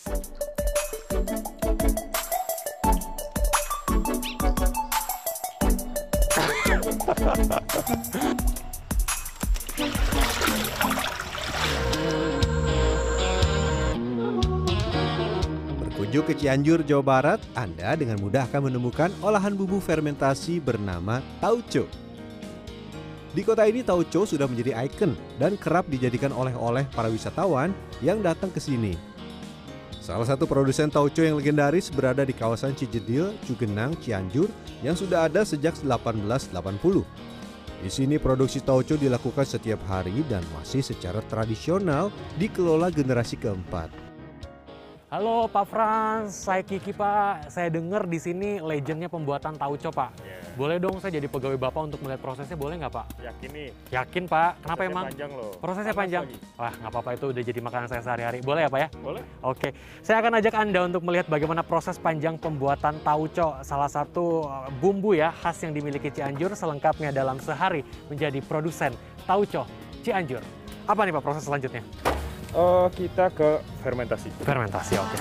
Berkunjung ke Cianjur, Jawa Barat, Anda dengan mudah akan menemukan olahan bumbu fermentasi bernama tauco. Di kota ini tauco sudah menjadi ikon dan kerap dijadikan oleh-oleh para wisatawan yang datang ke sini. Salah satu produsen tauco yang legendaris berada di kawasan Cijedil, Cugenang, Cianjur yang sudah ada sejak 1880. Di sini produksi tauco dilakukan setiap hari dan masih secara tradisional dikelola generasi keempat. Halo Pak Frans, saya Kiki Pak. Saya dengar di sini legendnya pembuatan tauco Pak. Boleh dong saya jadi pegawai Bapak untuk melihat prosesnya, boleh nggak Pak? Yakin nih? Yakin Pak. Kenapa Prosesnya emang? panjang loh. Prosesnya Panas panjang. lagi. Wah nggak apa-apa, itu udah jadi makanan saya sehari-hari. Boleh ya Pak ya? Boleh. Oke, saya akan ajak Anda untuk melihat bagaimana proses panjang pembuatan tauco, salah satu bumbu ya khas yang dimiliki Cianjur, selengkapnya dalam sehari menjadi produsen tauco Cianjur. Apa nih Pak proses selanjutnya? Kita ke fermentasi. Fermentasi, oke.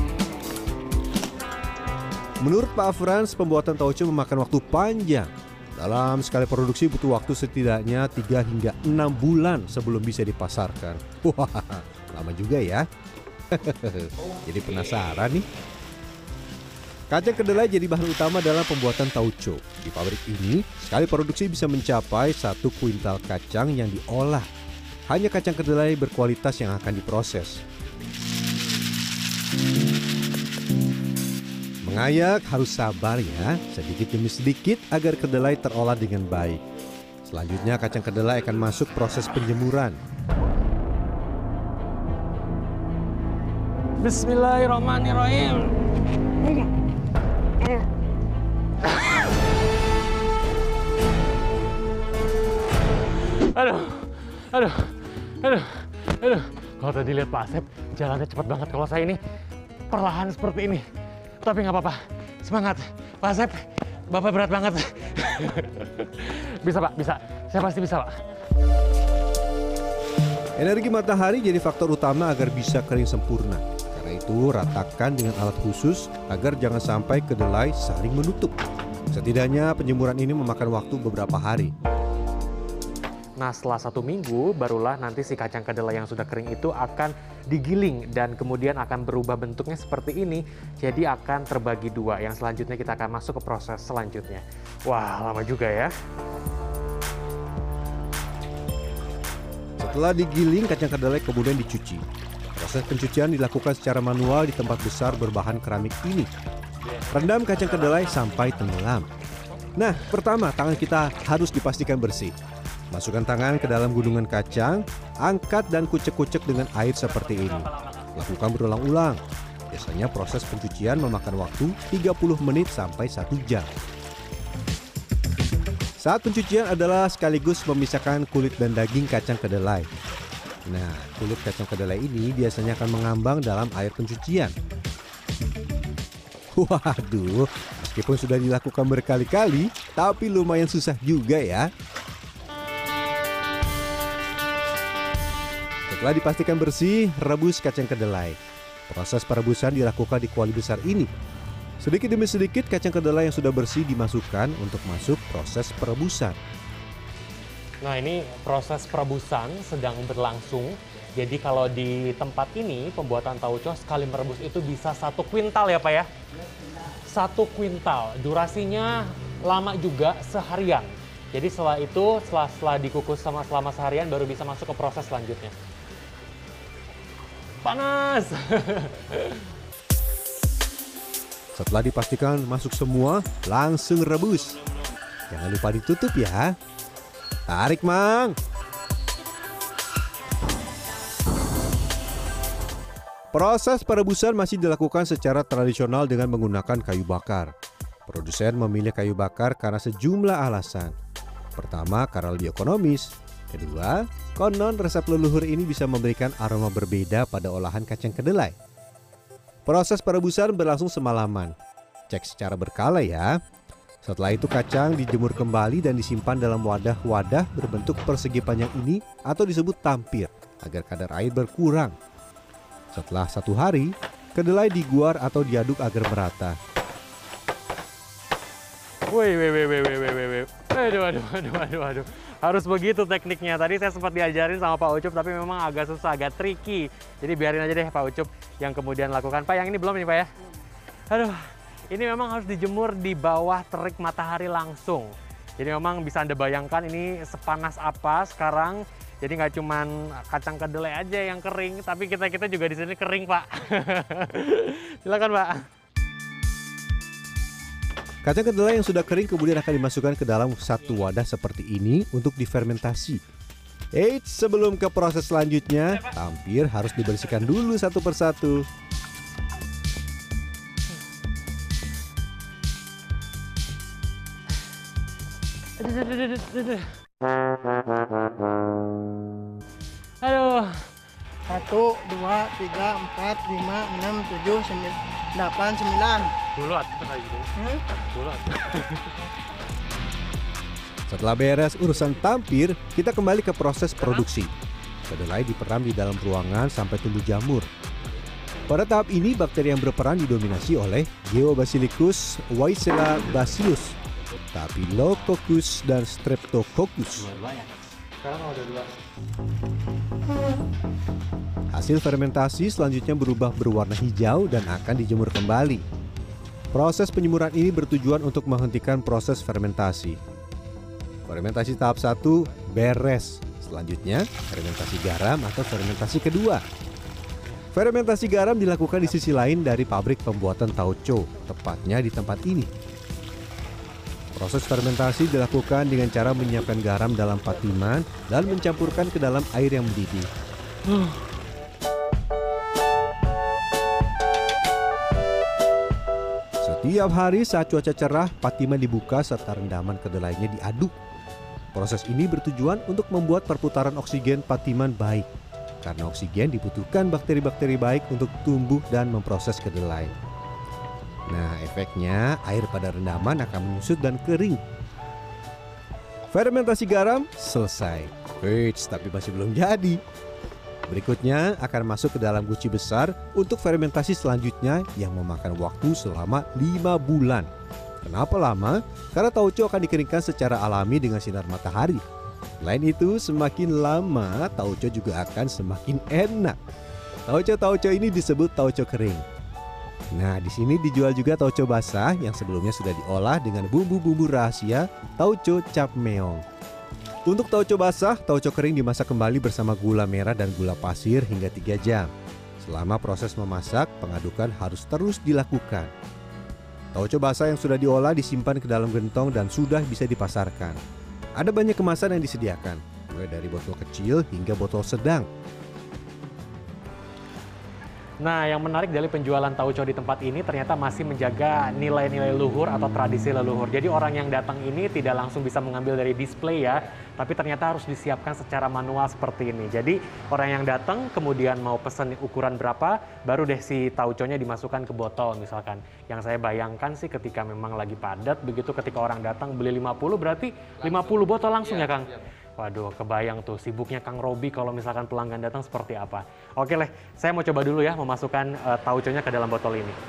Menurut Pak Frans, pembuatan tauco memakan waktu panjang. Dalam sekali produksi butuh waktu setidaknya 3 hingga 6 bulan sebelum bisa dipasarkan. Wah, lama juga ya. Jadi penasaran nih. Kacang kedelai jadi bahan utama dalam pembuatan tauco. Di pabrik ini, sekali produksi bisa mencapai 1 kuintal kacang yang diolah. Hanya kacang kedelai berkualitas yang akan diproses. Mengayak harus sabar ya, sedikit demi sedikit agar kedelai terolah dengan baik. Selanjutnya kacang kedelai akan masuk proses penjemuran. Bismillahirrahmanirrahim. Aduh. Kalau tadi lihat Pak Asep, jalannya cepat banget. Kalau saya ini perlahan seperti ini. Tapi nggak apa-apa, semangat. Pak Asep, Bapak berat banget. Bisa Pak, bisa. Saya pasti bisa Pak. Energi matahari jadi faktor utama agar bisa kering sempurna. Karena itu ratakan dengan alat khusus agar jangan sampai kedelai saling menutup. Setidaknya penjemuran ini memakan waktu beberapa hari. Nah setelah 1 minggu barulah nanti si kacang kedelai yang sudah kering itu akan digiling dan kemudian akan berubah bentuknya seperti ini. Jadi akan terbagi 2. Yang selanjutnya kita akan masuk ke proses selanjutnya. Wah lama juga ya. Setelah digiling, kacang kedelai kemudian dicuci. Proses pencucian dilakukan secara manual di tempat besar berbahan keramik ini. Rendam kacang kedelai sampai tenggelam. Nah, pertama tangan kita harus dipastikan bersih. Masukkan tangan ke dalam gunungan kacang, angkat dan kucek-kucek dengan air seperti ini. Lakukan berulang-ulang. Biasanya proses pencucian memakan waktu 30 menit sampai 1 jam. Saat pencucian adalah sekaligus memisahkan kulit dan daging kacang kedelai. Nah, kulit kacang kedelai ini biasanya akan mengambang dalam air pencucian. Waduh, meskipun sudah dilakukan berkali-kali, tapi lumayan susah juga ya. Setelah dipastikan bersih, rebus kacang kedelai. Proses perebusan dilakukan di kuali besar ini. Sedikit demi sedikit kacang kedelai yang sudah bersih dimasukkan untuk masuk proses perebusan. Nah ini proses perebusan sedang berlangsung. Jadi kalau di tempat ini pembuatan tauco sekali merebus itu bisa 1 kuintal ya Pak ya? 1 kuintal. Durasinya lama juga, seharian. Jadi setelah itu, setelah dikukus selama seharian baru bisa masuk ke proses selanjutnya. Panas! Setelah dipastikan masuk semua, langsung rebus. Jangan lupa ditutup ya. Tarik, Mang! Proses perebusan masih dilakukan secara tradisional dengan menggunakan kayu bakar. Produsen memilih kayu bakar karena sejumlah alasan. Pertama, karena lebih ekonomis. Kedua, konon resep leluhur ini bisa memberikan aroma berbeda pada olahan kacang kedelai. Proses perebusan berlangsung semalaman. Cek secara berkala ya. Setelah itu kacang dijemur kembali dan disimpan dalam wadah-wadah berbentuk persegi panjang ini atau disebut tampir agar kadar air berkurang. Setelah 1 hari, Kedelai diguar atau diaduk agar merata. Wih. Aduh. Harus begitu tekniknya. Tadi saya sempat diajarin sama Pak Ucup, tapi memang agak susah, agak tricky. Jadi biarin aja deh Pak Ucup yang kemudian lakukan. Pak, yang ini belum nih Pak ya? Aduh, ini memang harus dijemur di bawah terik matahari langsung. Jadi memang bisa Anda bayangkan ini sepanas apa sekarang. Jadi nggak cuman kacang kedelai aja yang kering, tapi kita juga di sini kering Pak. Silakan Pak. Kacang kedelai yang sudah kering kemudian akan dimasukkan ke dalam satu wadah seperti ini untuk difermentasi. Eits, sebelum ke proses selanjutnya, tampir harus dibersihkan dulu satu persatu. Aduh. 1, 2, 3, 4, 5, 6, 7, 8, 9. Bulat kayak gitu. Bulat. Setelah beres urusan tampir, kita kembali ke proses produksi. Kedelai diperam di dalam ruangan sampai tumbuh jamur. Pada tahap ini, bakteri yang berperan didominasi oleh Geobasilicus Weissela bacillus, Staphylococcus, dan Streptococcus. Sekarang udah 2. Hasil fermentasi selanjutnya berubah berwarna hijau dan akan dijemur kembali. Proses penjemuran ini bertujuan untuk menghentikan proses fermentasi. Fermentasi tahap 1 beres. Selanjutnya, fermentasi garam atau fermentasi kedua. Fermentasi garam dilakukan di sisi lain dari pabrik pembuatan tauco, tepatnya di tempat ini. Proses fermentasi dilakukan dengan cara menyiapkan garam dalam patiman dan mencampurkan ke dalam air yang mendidih. Setiap hari saat cuaca cerah, patiman dibuka serta rendaman kedelainya diaduk. Proses ini bertujuan untuk membuat perputaran oksigen patiman baik. Karena oksigen dibutuhkan bakteri-bakteri baik untuk tumbuh dan memproses kedelai. Nah, efeknya air pada rendaman akan menyusut dan kering. Fermentasi garam selesai. Eits, tapi masih belum jadi. Berikutnya akan masuk ke dalam guci besar untuk fermentasi selanjutnya yang memakan waktu selama 5 bulan. Kenapa lama? Karena tauco akan dikeringkan secara alami dengan sinar matahari. Selain itu, semakin lama tauco juga akan semakin enak. Tauco ini disebut tauco kering. Nah, di sini dijual juga tauco basah yang sebelumnya sudah diolah dengan bumbu-bumbu rahasia tauco cap meong. Untuk tauco basah, tauco kering dimasak kembali bersama gula merah dan gula pasir hingga 3 jam. Selama proses memasak, pengadukan harus terus dilakukan. Tauco basah yang sudah diolah disimpan ke dalam gentong dan sudah bisa dipasarkan. Ada banyak kemasan yang disediakan, mulai dari botol kecil hingga botol sedang. Nah, yang menarik dari penjualan tauco di tempat ini ternyata masih menjaga nilai-nilai luhur atau tradisi leluhur. Jadi orang yang datang ini tidak langsung bisa mengambil dari display ya, tapi ternyata harus disiapkan secara manual seperti ini. Jadi orang yang datang kemudian mau pesen ukuran berapa, baru deh si tauconya dimasukkan ke botol misalkan. Yang saya bayangkan sih ketika memang lagi padat, begitu ketika orang datang beli 50 berarti 50 botol langsung ya Kang? Waduh, kebayang tuh sibuknya Kang Robi kalau misalkan pelanggan datang seperti apa. Oke lah, saya mau coba dulu ya memasukkan tauconya ke dalam botol ini.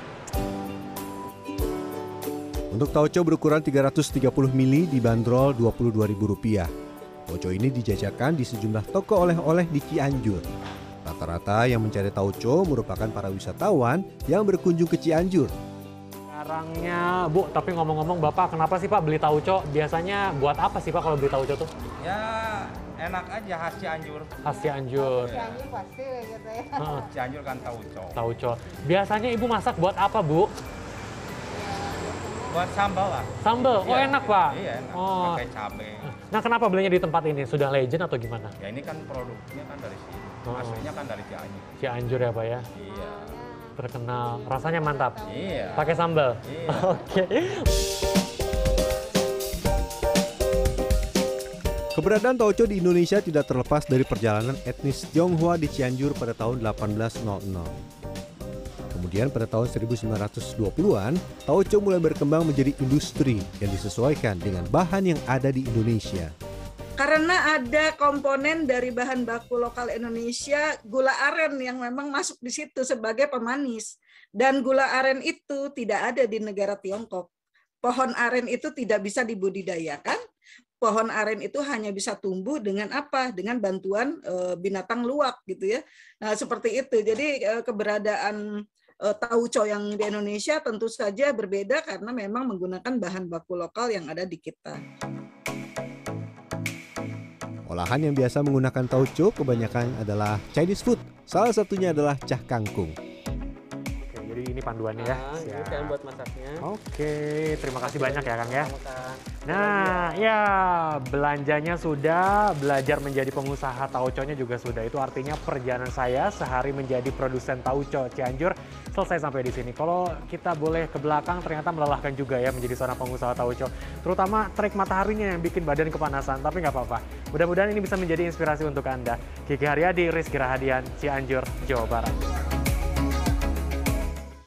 Untuk tauco berukuran 330 ml dibanderol Rp22.000. Tauco ini dijajakan di sejumlah toko oleh-oleh di Cianjur. Rata-rata yang mencari tauco merupakan para wisatawan yang berkunjung ke Cianjur. Sekarangnya, Bu, tapi ngomong-ngomong Bapak, kenapa sih Pak beli tauco? Biasanya buat apa sih Pak kalau beli tauco tuh? Ya enak aja khas Cianjur. Khas Cianjur. Cianjur pasti gitu ya. Cianjur kan tauco. Tauco. Biasanya Ibu masak buat apa, Bu? Buat sambal lah. Sambal? Oh, Iya. enak Pak? Iya enak, Oh. pakai cabai. Nah, kenapa belinya di tempat ini? Sudah legend atau gimana? Ya ini kan produknya kan dari sini. Oh. Aslinya kan dari Cianjur. Cianjur ya Pak ya? Iya. Terkenal. Rasanya mantap? Iya. Pakai sambal? Iya. Oke. Keberadaan tauco di Indonesia tidak terlepas dari perjalanan etnis Tionghoa di Cianjur pada tahun 1800. Kemudian pada tahun 1920-an, tauco mulai berkembang menjadi industri yang disesuaikan dengan bahan yang ada di Indonesia. Karena ada komponen dari bahan baku lokal Indonesia, gula aren yang memang masuk di situ sebagai pemanis. Dan gula aren itu tidak ada di negara Tiongkok. Pohon aren itu tidak bisa dibudidayakan. Pohon aren itu hanya bisa tumbuh dengan apa? Dengan bantuan binatang luwak gitu ya. Nah, seperti itu. Jadi keberadaan tauco yang di Indonesia tentu saja berbeda karena memang menggunakan bahan baku lokal yang ada di kita. Olahan yang biasa menggunakan tauco kebanyakan adalah Chinese food. Salah satunya adalah cah kangkung. Oke, jadi ini panduannya ya. Ini kan buat masaknya. Oke, terima kasih banyak ya Kang ya. Nah, ya belanjanya sudah, belajar menjadi pengusaha tauconya juga sudah. Itu artinya perjalanan saya sehari menjadi produsen tauco Cianjur selesai sampai di sini. Kalau kita boleh ke belakang, ternyata melelahkan juga ya menjadi seorang pengusaha tauco. Terutama terik mataharinya yang bikin badan kepanasan, tapi nggak apa-apa. Mudah-mudahan ini bisa menjadi inspirasi untuk Anda. Kiki Haryadi, Rizky Rahadian, Cianjur, Jawa Barat.